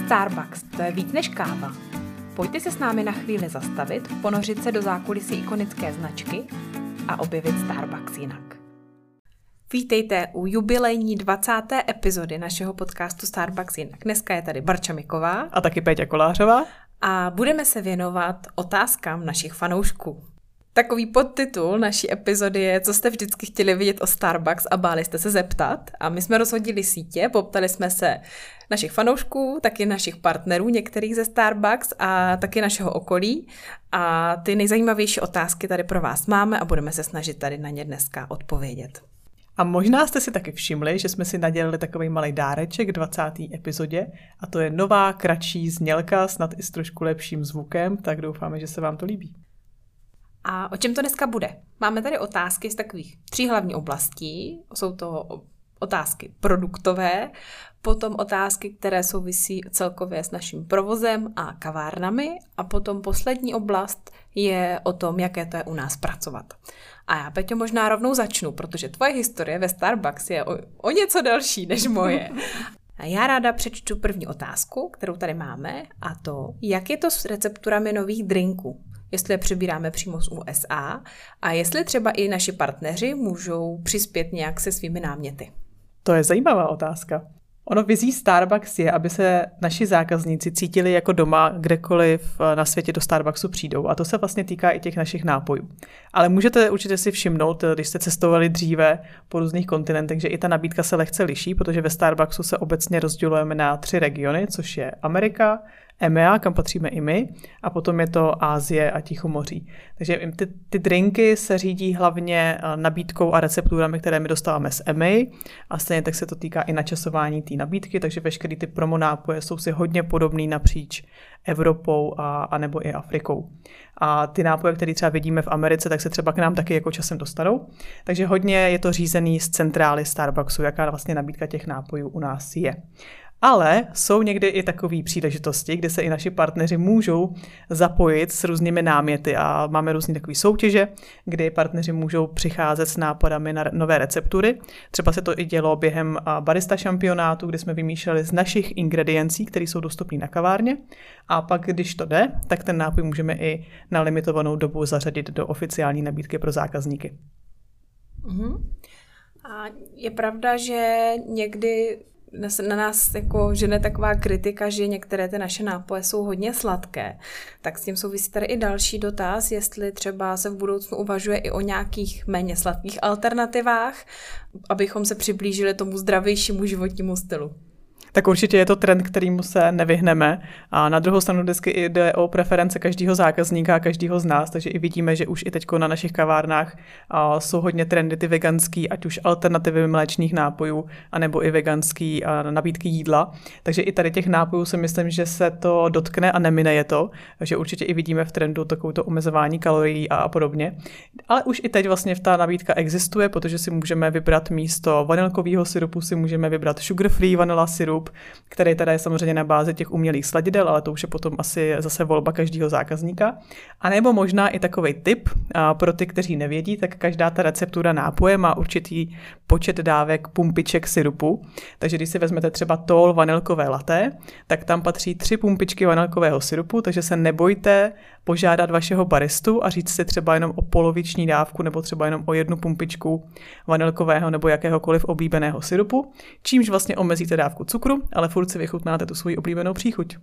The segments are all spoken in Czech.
Starbucks, to je víc než káva. Pojďte se s námi na chvíli zastavit, ponořit se do zákulisí ikonické značky a objevit Starbucks jinak. Vítejte u jubilejní 20. epizody našeho podcastu Starbucks jinak. Dneska je tady Barča Miková a taky Péťa Kolářová a budeme se věnovat otázkám našich fanoušků. Takový podtitul naší epizody je, co jste vždycky chtěli vidět o Starbucks a báli jste se zeptat. A my jsme rozhodili sítě, poptali jsme se našich fanoušků, taky našich partnerů, některých ze Starbucks a taky našeho okolí. A ty nejzajímavější otázky tady pro vás máme a budeme se snažit tady na ně dneska odpovědět. A možná jste si taky všimli, že jsme si nadělili takový malý dáreček k 20. epizodě a to je nová, kratší znělka, snad i s trošku lepším zvukem, tak doufáme, že se vám to líbí. A o čem to dneska bude? Máme tady otázky z takových 3 hlavních oblastí. Jsou to otázky produktové, potom otázky, které souvisí celkově s naším provozem a kavárnami a potom poslední oblast je o tom, jaké to je u nás pracovat. A já, Peťo, možná rovnou začnu, protože tvoje historie ve Starbucks je o něco delší než moje. A já ráda přečtu první otázku, kterou tady máme, a to, jak je to s recepturami nových drinků? Jestli je přebíráme přímo z USA a jestli třeba i naši partneři můžou přispět nějak se svými náměty. To je zajímavá otázka. Ono vizí Starbucks je, aby se naši zákazníci cítili jako doma, kdekoliv na světě do Starbucksu přijdou. A to se vlastně týká i těch našich nápojů. Ale můžete určitě si všimnout, když jste cestovali dříve po různých kontinentech, že i ta nabídka se lehce liší, protože ve Starbucksu se obecně rozdělujeme na 3 regiony, což je Amerika, EMEA, kam patříme i my, a potom je to Asie a Tichomoří. Takže ty drinky se řídí hlavně nabídkou a recepturami, které my dostáváme z EMEA a stejně tak se to týká i načasování té nabídky, takže veškeré ty promo nápoje jsou si hodně podobný napříč Evropou a nebo i Afrikou. A ty nápoje, které třeba vidíme v Americe, tak se třeba k nám taky jako časem dostanou. Takže hodně je to řízený z centrály Starbucksu, jaká vlastně nabídka těch nápojů u nás je. Ale jsou někdy i takové příležitosti, kde se i naši partneři můžou zapojit s různými náměty a máme různé takové soutěže, kdy partneři můžou přicházet s nápadami na nové receptury. Třeba se to i dělo během barista šampionátu, kdy jsme vymýšleli z našich ingrediencí, které jsou dostupné na kavárně. A pak, když to jde, tak ten nápoj můžeme i na limitovanou dobu zařadit do oficiální nabídky pro zákazníky. A je pravda, že někdy na nás jako žene taková kritika, že některé ty naše nápoje jsou hodně sladké. Tak s tím souvisí tady i další dotaz, jestli třeba se v budoucnu uvažuje i o nějakých méně sladkých alternativách, abychom se přiblížili tomu zdravějšímu životnímu stylu. Tak určitě je to trend, kterýmu se nevyhneme. A na druhou stranu vždycky jde o preference každého zákazníka a každého z nás, takže i vidíme, že už i teďko na našich kavárnách jsou hodně trendy ty veganský, ať už alternativy mléčných nápojů, anebo i veganský nabídky jídla. Takže i tady těch nápojů si myslím, že se to dotkne a nemine je to, že určitě i vidíme v trendu takovéto omezování kalorií a podobně. Ale už i teď vlastně ta nabídka existuje, protože si můžeme vybrat místo vanilkového syrupu, si můžeme vybrat sugar-free vanilla syrup, který teda je samozřejmě na bázi těch umělých sladidel, ale to už je potom asi zase volba každého zákazníka. A nebo možná i takovej tip pro ty, kteří nevědí, tak každá ta receptura nápoje má určitý počet dávek pumpiček syrupu. Takže když si vezmete třeba tall vanilkové latte, tak tam patří 3 pumpičky vanilkového syrupu, takže se nebojte požádat vašeho baristu a říct si třeba jenom o poloviční dávku nebo třeba jenom o 1 pumpičku vanilkového nebo jakéhokoliv oblíbeného syrupu, čímž vlastně omezíte dávku cukru, ale furt si vychutnáte tu svoji oblíbenou příchuť.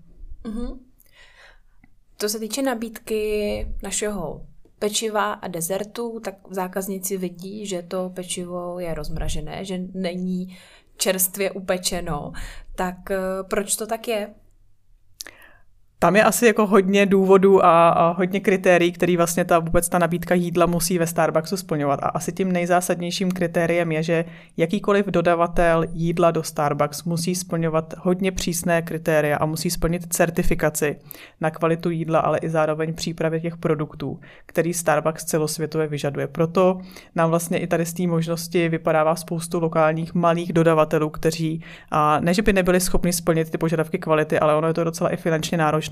Co se týče nabídky našeho pečiva a dezertu, tak zákazníci vidí, že to pečivo je rozmražené, že není čerstvě upečeno. Tak proč to tak je? Tam je asi jako hodně důvodů a hodně kritérií, který vlastně vůbec ta nabídka jídla musí ve Starbucksu splňovat. A asi tím nejzásadnějším kritériem je, že jakýkoliv dodavatel jídla do Starbucks musí splňovat hodně přísné kritéria a musí splnit certifikaci na kvalitu jídla, ale i zároveň přípravě těch produktů, který Starbucks celosvětově vyžaduje. Proto nám vlastně i tady z té možnosti vypadává spoustu lokálních malých dodavatelů, kteří ne, že by nebyli schopni splnit ty požadavky kvality, ale ono je to docela i finančně náročné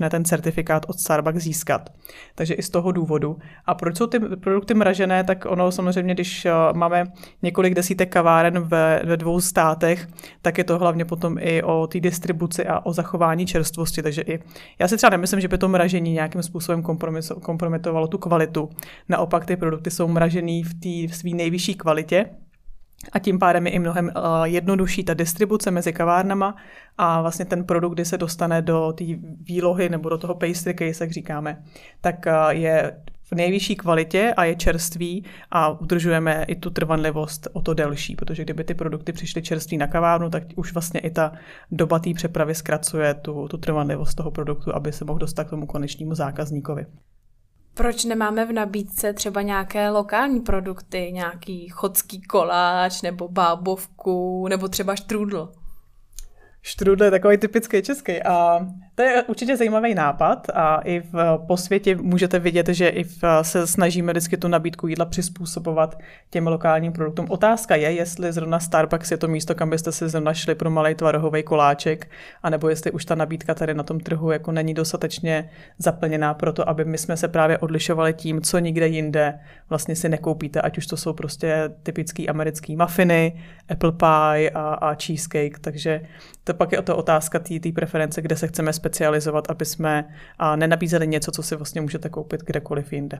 možné ten certifikát od Starbucks získat. Takže i z toho důvodu. A proč jsou ty produkty mražené, tak ono samozřejmě, když máme několik desítek kaváren ve 2 státech, tak je to hlavně potom i o té distribuci a o zachování čerstvosti. Takže já si třeba nemyslím, že by to mražení nějakým způsobem kompromitovalo tu kvalitu. Naopak ty produkty jsou mražený v té své nejvyšší kvalitě a tím pádem je i mnohem jednodušší ta distribuce mezi kavárnama a vlastně ten produkt, kdy se dostane do té výlohy nebo do toho pastry case, jak říkáme, tak je v nejvyšší kvalitě a je čerstvý a udržujeme i tu trvanlivost o to delší, protože kdyby ty produkty přišly čerství na kavárnu, tak už vlastně i ta doba té přepravy zkracuje tu trvanlivost toho produktu, aby se mohl dostat k tomu konečnému zákazníkovi. Proč nemáme v nabídce třeba nějaké lokální produkty, nějaký chodský koláč nebo bábovku nebo třeba štrůdl? Štrůdl je takový typický český a to je určitě zajímavý nápad a i po světě můžete vidět, že i se snažíme vždycky tu nabídku jídla přizpůsobovat těm lokálním produktům. Otázka je, jestli zrovna Starbucks je to místo, kam byste si zrovna šli pro malej tvarohový koláček, anebo jestli už ta nabídka tady na tom trhu jako není dostatečně zaplněná pro to, aby my jsme se právě odlišovali tím, co nikde jinde vlastně si nekoupíte, ať už to jsou prostě typický americký muffiny, apple pie a cheesecake, takže to pak je o to otázka té preference, kde se chceme specializovat, aby jsme nenabízeli něco, co si vlastně můžete koupit kdekoliv jinde.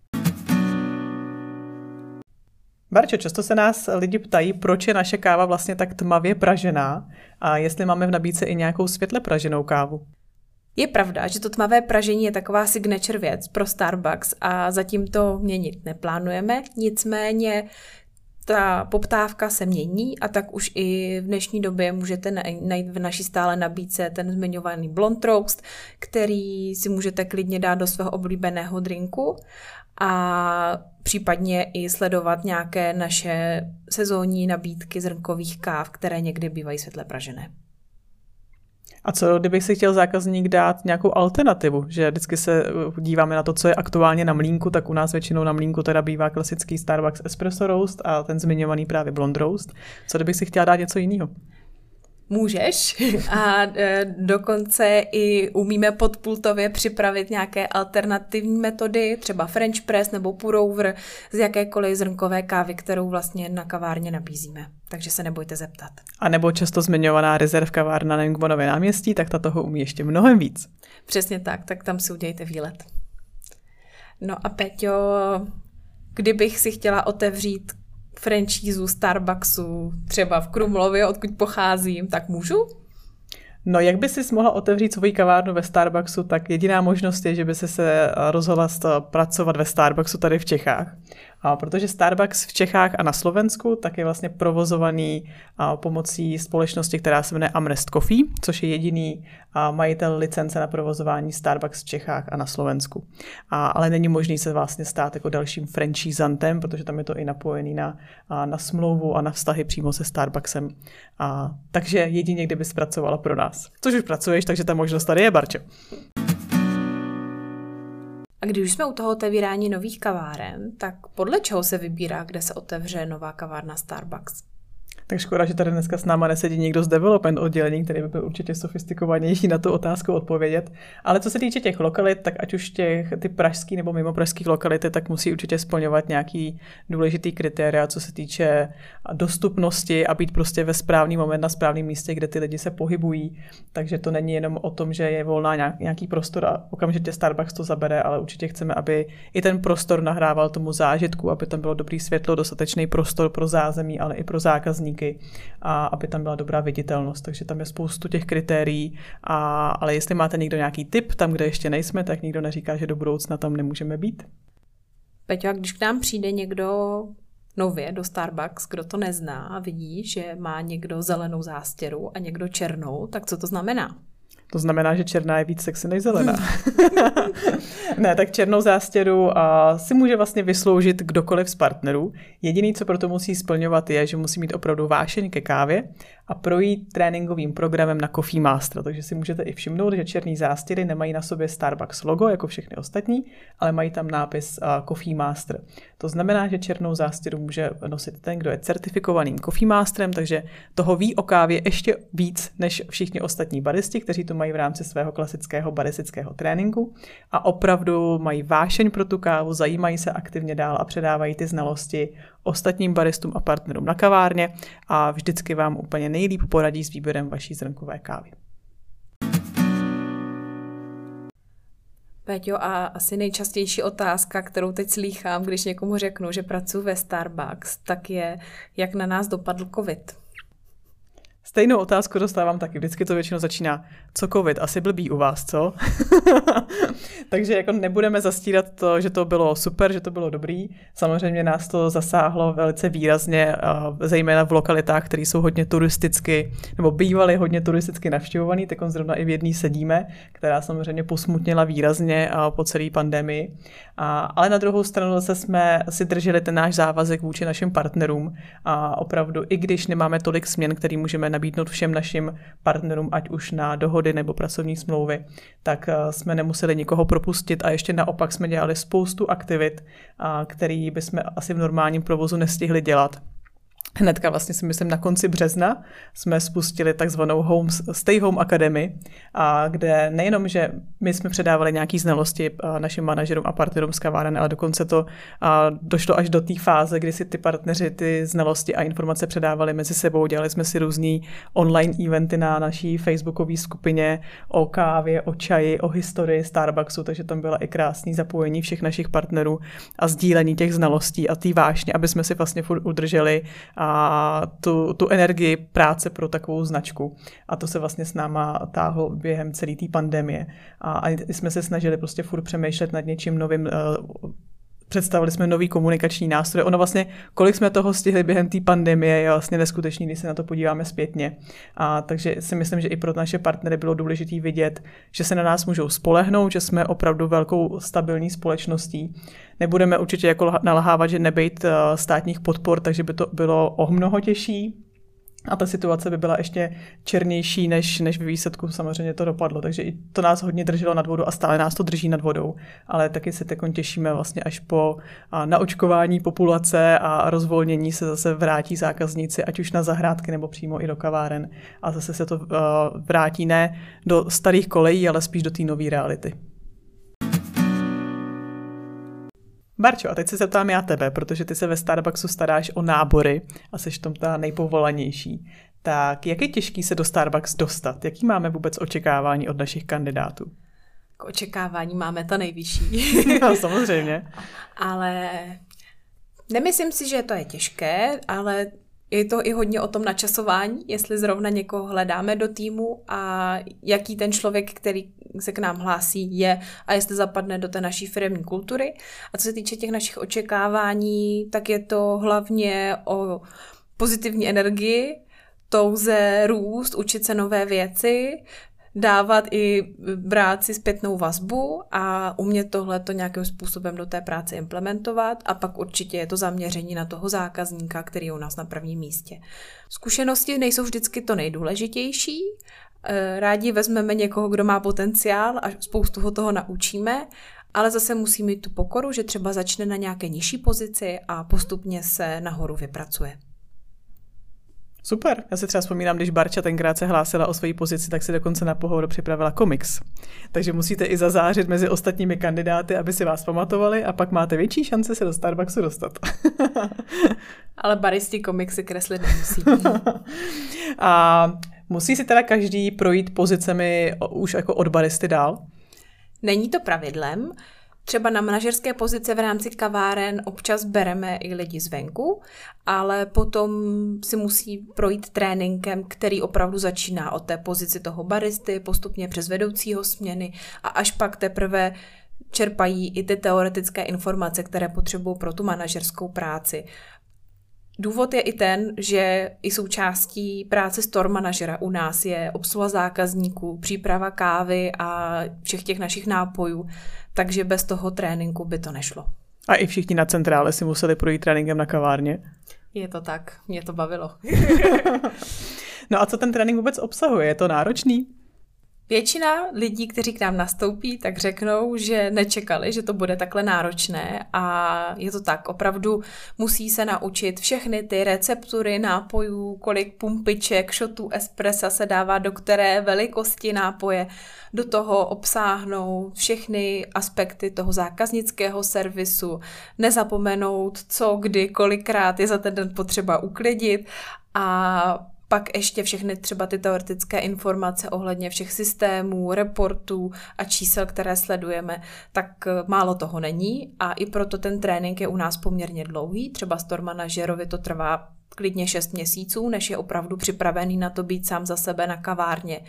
Barčo, často se nás lidi ptají, proč je naše káva vlastně tak tmavě pražená a jestli máme v nabídce i nějakou světle praženou kávu. Je pravda, že to tmavé pražení je taková signature věc pro Starbucks a zatím to měnit neplánujeme, nicméně ta poptávka se mění a tak už i v dnešní době můžete najít v naší stále nabídce ten zmiňovaný blond roast, který si můžete klidně dát do svého oblíbeného drinku a případně i sledovat nějaké naše sezónní nabídky zrnkových káv, které někdy bývají světle pražené. A co, kdybych si chtěl zákazník dát nějakou alternativu, že vždycky se díváme na to, co je aktuálně na mlýnku, tak u nás většinou na mlýnku teda bývá klasický Starbucks Espresso Roast a ten zmiňovaný právě Blond Roast. Co kdybych si chtěla dát něco jiného? Můžeš a dokonce i umíme podpultově připravit nějaké alternativní metody, třeba French press nebo pour over z jakékoliv zrnkové kávy, kterou vlastně na kavárně nabízíme. Takže se nebojte zeptat. A nebo často zmiňovaná Reserve kavárna na Jungmannově náměstí, tak ta toho umí ještě mnohem víc. Přesně tak tam si udějte výlet. No a Peťo, kdybych si chtěla otevřít franšízu Starbucksu třeba v Krumlově, odkud pocházím, tak můžu? No, jak by si mohla otevřít svou kavárnu ve Starbucksu, tak jediná možnost je, že by se rozhodla pracovat ve Starbucksu tady v Čechách. A protože Starbucks v Čechách a na Slovensku tak je vlastně provozovaný pomocí společnosti, která se jmenuje Amrest Coffee, což je jediný majitel licence na provozování Starbucks v Čechách a na Slovensku. Ale není možný se vlastně stát jako dalším franchisantem, protože tam je to i napojený na smlouvu a na vztahy přímo se Starbucksem. Takže jedině, kdyby zpracovala pro nás. Což už pracuješ, takže ta možnost tady je, Barčo. A když už jsme u toho otevírání nových kaváren, tak podle čeho se vybírá, kde se otevře nová kavárna Starbucks? Tak škoda, že tady dneska s náma nesedí někdo z development oddělení, který by byl určitě sofistikovanější na tu otázku odpovědět. Ale co se týče těch lokalit, tak ať už ty pražský nebo mimo pražských lokality, tak musí určitě splňovat nějaký důležitý kritéria, co se týče dostupnosti a být prostě ve správný moment na správném místě, kde ty lidi se pohybují. Takže to není jenom o tom, že je volná nějaký prostor a okamžitě Starbucks to zabere, ale určitě chceme, aby i ten prostor nahrával tomu zážitku, aby tam bylo dobrý světlo, dostatečný prostor pro zázemí, ale i pro zákazníky. A aby tam byla dobrá viditelnost. Takže tam je spoustu těch kritérií, ale jestli máte někdo nějaký tip tam, kde ještě nejsme, tak nikdo neříká, že do budoucna tam nemůžeme být. Peťo, a když k nám přijde někdo nově do Starbucks, kdo to nezná a vidí, že má někdo zelenou zástěru a někdo černou, tak co to znamená? To znamená, že černá je víc sexy než zelená. Ne, tak černou zástěru si může vlastně vysloužit kdokoliv z partnerů. Jediný, co proto musí splňovat, je, že musí mít opravdu vášeň ke kávě a projít tréninkovým programem na Coffee Master. Takže si můžete i všimnout, že černý zástěry nemají na sobě Starbucks logo, jako všechny ostatní, ale mají tam nápis Coffee Master. To znamená, že černou zástěru může nosit ten, kdo je certifikovaným Coffee Masterem, takže toho ví o kávě ještě víc než všichni ostatní baristi, kteří to mají v rámci svého klasického baristického tréninku a opravdu mají vášeň pro tu kávu, zajímají se aktivně dál a předávají ty znalosti ostatním baristům a partnerům na kavárně a vždycky vám úplně nejlíp poradí s výběrem vaší zrnkové kávy. Péťo, a asi nejčastější otázka, kterou teď slýchám, když někomu řeknu, že pracuji ve Starbucks, tak je, jak na nás dopadl covid. Stejnou otázku dostávám taky. Vždycky to většinou začíná, co covid, asi blbý u vás, co? Takže jako nebudeme zastírat to, že to bylo super, že to bylo dobrý. Samozřejmě nás to zasáhlo velice výrazně, zejména v lokalitách, které jsou hodně turisticky, nebo bývaly hodně turisticky navštěvovaný, tak zrovna i v jedné sedíme, která samozřejmě posmutnila výrazně po celé pandemii. Ale na druhou stranu zase jsme si drželi ten náš závazek vůči našim partnerům a opravdu, i když nemáme tolik směn, který můžeme nabídnout všem našim partnerům, ať už na dohody nebo pracovní smlouvy, tak jsme nemuseli nikoho propustit a ještě naopak jsme dělali spoustu aktivit, který bychom asi v normálním provozu nestihli dělat. Hnedka vlastně si myslím na konci března jsme spustili takzvanou Stay Home Academy, kde nejenom, že my jsme předávali nějaké znalosti našim manažerům a partnerům z kaváren, ale dokonce to došlo až do té fáze, kdy si ty partneři ty znalosti a informace předávali mezi sebou. Dělali jsme si různý online eventy na naší facebookové skupině o kávě, o čaji, o historii Starbucksu, takže tam byla i krásný zapojení všech našich partnerů a sdílení těch znalostí a té vášně, aby jsme si vlastně furt udrželi a tu energii práce pro takovou značku. A to se vlastně s náma táhlo během celé té pandemie. A jsme se snažili prostě furt přemýšlet nad něčím novým. Představili jsme nový komunikační nástroje. Ono vlastně, kolik jsme toho stihli během té pandemie, je vlastně neskutečný, když se na to podíváme zpětně. Takže si myslím, že i pro naše partnery bylo důležité vidět, že se na nás můžou spolehnout, že jsme opravdu velkou stabilní společností. Nebudeme určitě jako nalhávat, že nebejt státních podpor, takže by to bylo o mnoho těžší. A ta situace by byla ještě černější, než ve výsledku samozřejmě to dopadlo. Takže i to nás hodně drželo nad vodou a stále nás to drží nad vodou. Ale taky se teď těšíme vlastně až po naočkování populace a rozvolnění se zase vrátí zákazníci, ať už na zahrádky nebo přímo i do kaváren. A zase se to vrátí ne do starých kolejí, ale spíš do té nové reality. Barčo, a teď se zeptám já tebe, protože ty se ve Starbucksu staráš o nábory a seš tom ta nejpovolanější. Tak jak je těžký se do Starbucks dostat? Jaký máme vůbec očekávání od našich kandidátů? K očekávání máme ta nejvyšší. No, samozřejmě. Ale nemyslím si, že to je těžké, ale je to i hodně o tom načasování, jestli zrovna někoho hledáme do týmu a jaký ten člověk, který se k nám hlásí, je a jestli zapadne do té naší firemní kultury. A co se týče těch našich očekávání, tak je to hlavně o pozitivní energii, touze růst, učit se nové věci, dávat i brát si zpětnou vazbu a umět tohleto nějakým způsobem do té práce implementovat a pak určitě je to zaměření na toho zákazníka, který je u nás na prvním místě. Zkušenosti nejsou vždycky to nejdůležitější, rádi vezmeme někoho, kdo má potenciál a spoustu ho toho naučíme, ale zase musí mít tu pokoru, že třeba začne na nějaké nižší pozici a postupně se nahoru vypracuje. Super. Já si třeba vzpomínám, když Barča tenkrát se hlásila o své pozici, tak si dokonce na pohovor připravila komiks. Takže musíte i zazářit mezi ostatními kandidáty, aby si vás pamatovali a pak máte větší šance se do Starbucksu dostat. Ale baristi komiksy kreslit nemusí. A musí si teda každý projít pozicemi už jako od baristy dál? Není to pravidlem. Třeba na manažerské pozice v rámci kaváren občas bereme i lidi zvenku, ale potom si musí projít tréninkem, který opravdu začíná od té pozici toho baristy, postupně přes vedoucího směny a až pak teprve čerpají i ty teoretické informace, které potřebují pro tu manažerskou práci. Důvod je i ten, že i součástí práce store manažera u nás je obsluha zákazníků, příprava kávy a všech těch našich nápojů, takže bez toho tréninku by to nešlo. A i všichni na centrále si museli projít tréninkem na kavárně? Je to tak, mě to bavilo. No a co ten trénink vůbec obsahuje? Je to náročný? Většina lidí, kteří k nám nastoupí, tak řeknou, že nečekali, že to bude takhle náročné a je to tak. Opravdu musí se naučit všechny ty receptury nápojů, kolik pumpiček, šotů espressa se dává do které velikosti nápoje. Do toho obsáhnout všechny aspekty toho zákaznického servisu, nezapomenout, co, kdy, kolikrát je za ten den potřeba uklidit a pak ještě všechny třeba ty teoretické informace ohledně všech systémů, reportů a čísel, které sledujeme, tak málo toho není a i proto ten trénink je u nás poměrně dlouhý. Třeba store manažerovi to trvá klidně 6 měsíců, než je opravdu připravený na to být sám za sebe na kavárně.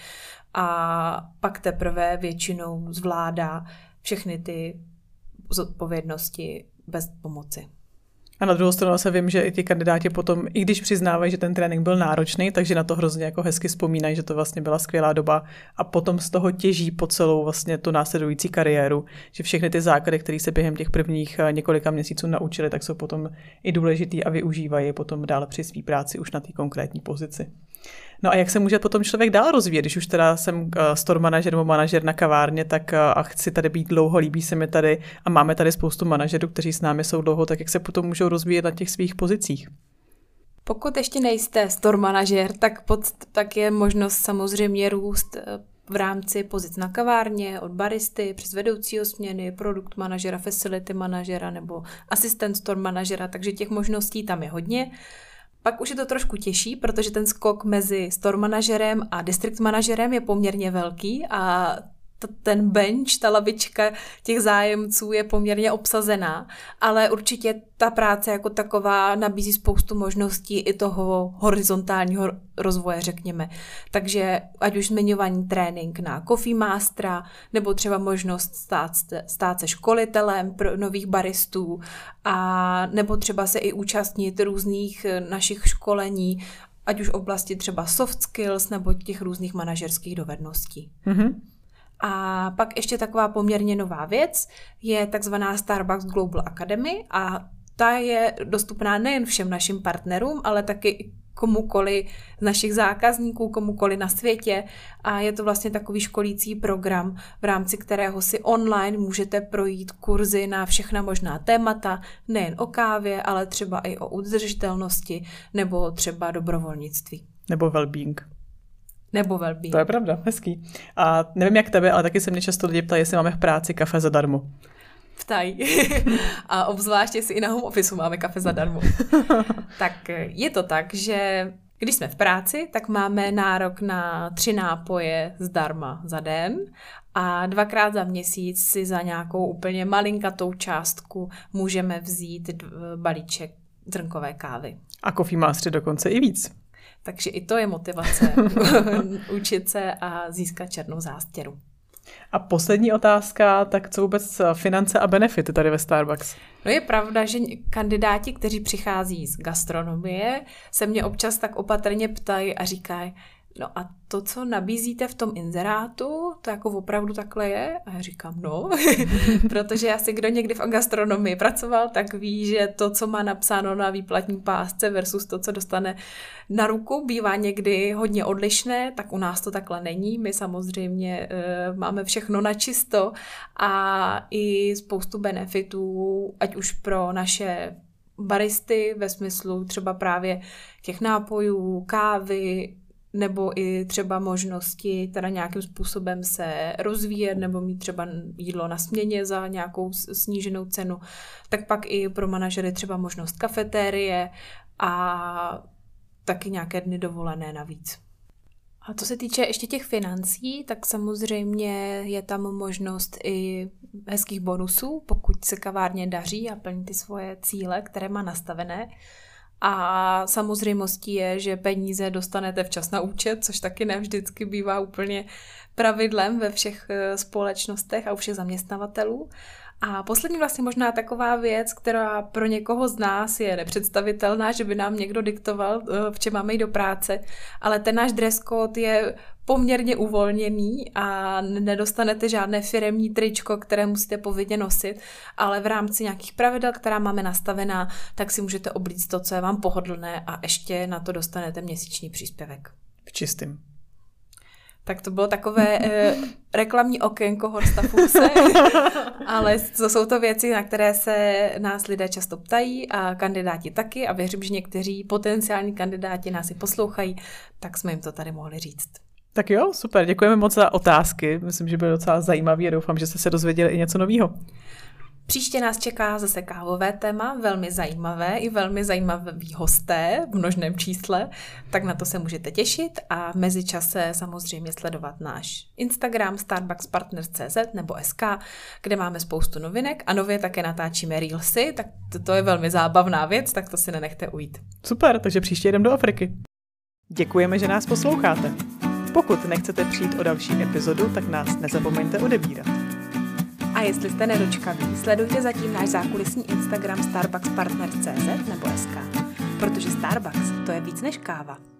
A pak teprve většinou zvládá všechny ty zodpovědnosti bez pomoci. A na druhou stranu se vím, že i ti kandidáti potom, i když přiznávají, že ten trénink byl náročný, takže na to hrozně jako hezky vzpomínají, že to vlastně byla skvělá doba a potom z toho těží po celou vlastně tu následující kariéru, že všechny ty základy, které se během těch prvních několika měsíců naučili, tak jsou potom i důležitý a využívají je potom dál při své práci už na té konkrétní pozici. No a jak se může potom člověk dál rozvíjet, když už teda jsem store manažer nebo manažer na kavárně, tak a chci tady být dlouho, líbí se mi tady a máme tady spoustu manažerů, kteří s námi jsou dlouho, tak jak se potom můžou rozvíjet na těch svých pozicích? Pokud ještě nejste store manažer, tak je možnost samozřejmě růst v rámci pozic na kavárně, od baristy přes vedoucího směny, produkt manažera, facility manažera nebo asistent store manažera, takže těch možností tam je hodně. Pak už je to trošku těžší, protože ten skok mezi store manažerem a district manažerem je poměrně velký a ten bench, ta lavička těch zájemců je poměrně obsazená, ale určitě ta práce jako taková nabízí spoustu možností i toho horizontálního rozvoje, řekněme. Takže ať už zmiňovaný trénink na Coffee Mastera, nebo třeba možnost stát se školitelem pro nových baristů, a nebo třeba se i účastnit různých našich školení, ať už v oblasti třeba soft skills, nebo těch různých manažerských dovedností. Mm-hmm. A pak ještě taková poměrně nová věc je takzvaná Starbucks Global Academy a ta je dostupná nejen všem našim partnerům, ale taky komukoli z našich zákazníků, komukoli na světě a je to vlastně takový školící program, v rámci kterého si online můžete projít kurzy na všechna možná témata, nejen o kávě, ale třeba i o udržitelnosti nebo třeba dobrovolnictví. Nebo well-being. Nebo well-being. To je pravda, hezký. A nevím jak tebe, ale taky se mě často lidi ptají, jestli máme v práci kafe zadarmo. Ptají. A obzvláště si i na home office máme kafe zadarmo. Tak je to tak, že když jsme v práci, tak máme nárok na 3 nápoje zdarma za den a 2krát za měsíc si za nějakou úplně malinkatou částku můžeme vzít balíček zrnkové kávy. A Coffee Master dokonce i víc. Takže i to je motivace učit se a získat černou zástěru. A poslední otázka, tak co vůbec finance a benefity tady ve Starbucks? No je pravda, že kandidáti, kteří přichází z gastronomie, se mě občas tak opatrně ptají a říkají, no a to, co nabízíte v tom inzerátu, to jako opravdu takhle je? A já říkám, no, protože asi kdo někdy v gastronomii pracoval, tak ví, že to, co má napsáno na výplatní pásce versus to, co dostane na ruku, bývá někdy hodně odlišné, tak u nás to takhle není. My samozřejmě máme všechno načisto a i spoustu benefitů, ať už pro naše baristy ve smyslu třeba právě těch nápojů, kávy, nebo i třeba možnosti teda nějakým způsobem se rozvíjet nebo mít třeba jídlo na směně za nějakou sníženou cenu, tak pak i pro manažery třeba možnost kafetérie a taky nějaké dny dovolené navíc. A co se týče ještě těch financí, tak samozřejmě je tam možnost i hezkých bonusů, pokud se kavárně daří a plní ty svoje cíle, které má nastavené. A samozřejmostí je, že peníze dostanete včas na účet, což taky ne vždycky bývá úplně pravidlem ve všech společnostech a u všech zaměstnavatelů. A poslední vlastně možná taková věc, která pro někoho z nás je nepředstavitelná, že by nám někdo diktoval, v čem máme jít do práce, ale ten náš dress code je poměrně uvolněný a nedostanete žádné firemní tričko, které musíte povinně nosit, ale v rámci nějakých pravidel, která máme nastavená, tak si můžete oblíct to, co je vám pohodlné a ještě na to dostanete měsíční příspěvek. V čistým. Tak to bylo takové reklamní okénko Horsta Fuchse, ale to jsou to věci, na které se nás lidé často ptají a kandidáti taky a věřím, že někteří potenciální kandidáti nás i poslouchají, tak jsme jim to tady mohli říct. Tak jo, super, děkujeme moc za otázky, myslím, že byly docela zajímavé a doufám, že jste se dozvěděli i něco nového. Příště nás čeká zase kávové téma, velmi zajímavé i velmi zajímaví hosté v množném čísle, tak na to se můžete těšit a v mezičase samozřejmě sledovat náš Instagram starbuckspartners.cz nebo SK, kde máme spoustu novinek a nově také natáčíme Reelsy, tak to je velmi zábavná věc, tak to si nenechte ujít. Super, takže příště jdem do Afriky. Děkujeme, že nás posloucháte. Pokud nechcete přijít o další epizodu, tak nás nezapomeňte odebírat. A jestli jste nedočkaví, sledujte zatím náš zákulisní Instagram starbuckspartners.cz nebo SK, protože Starbucks to je víc než káva.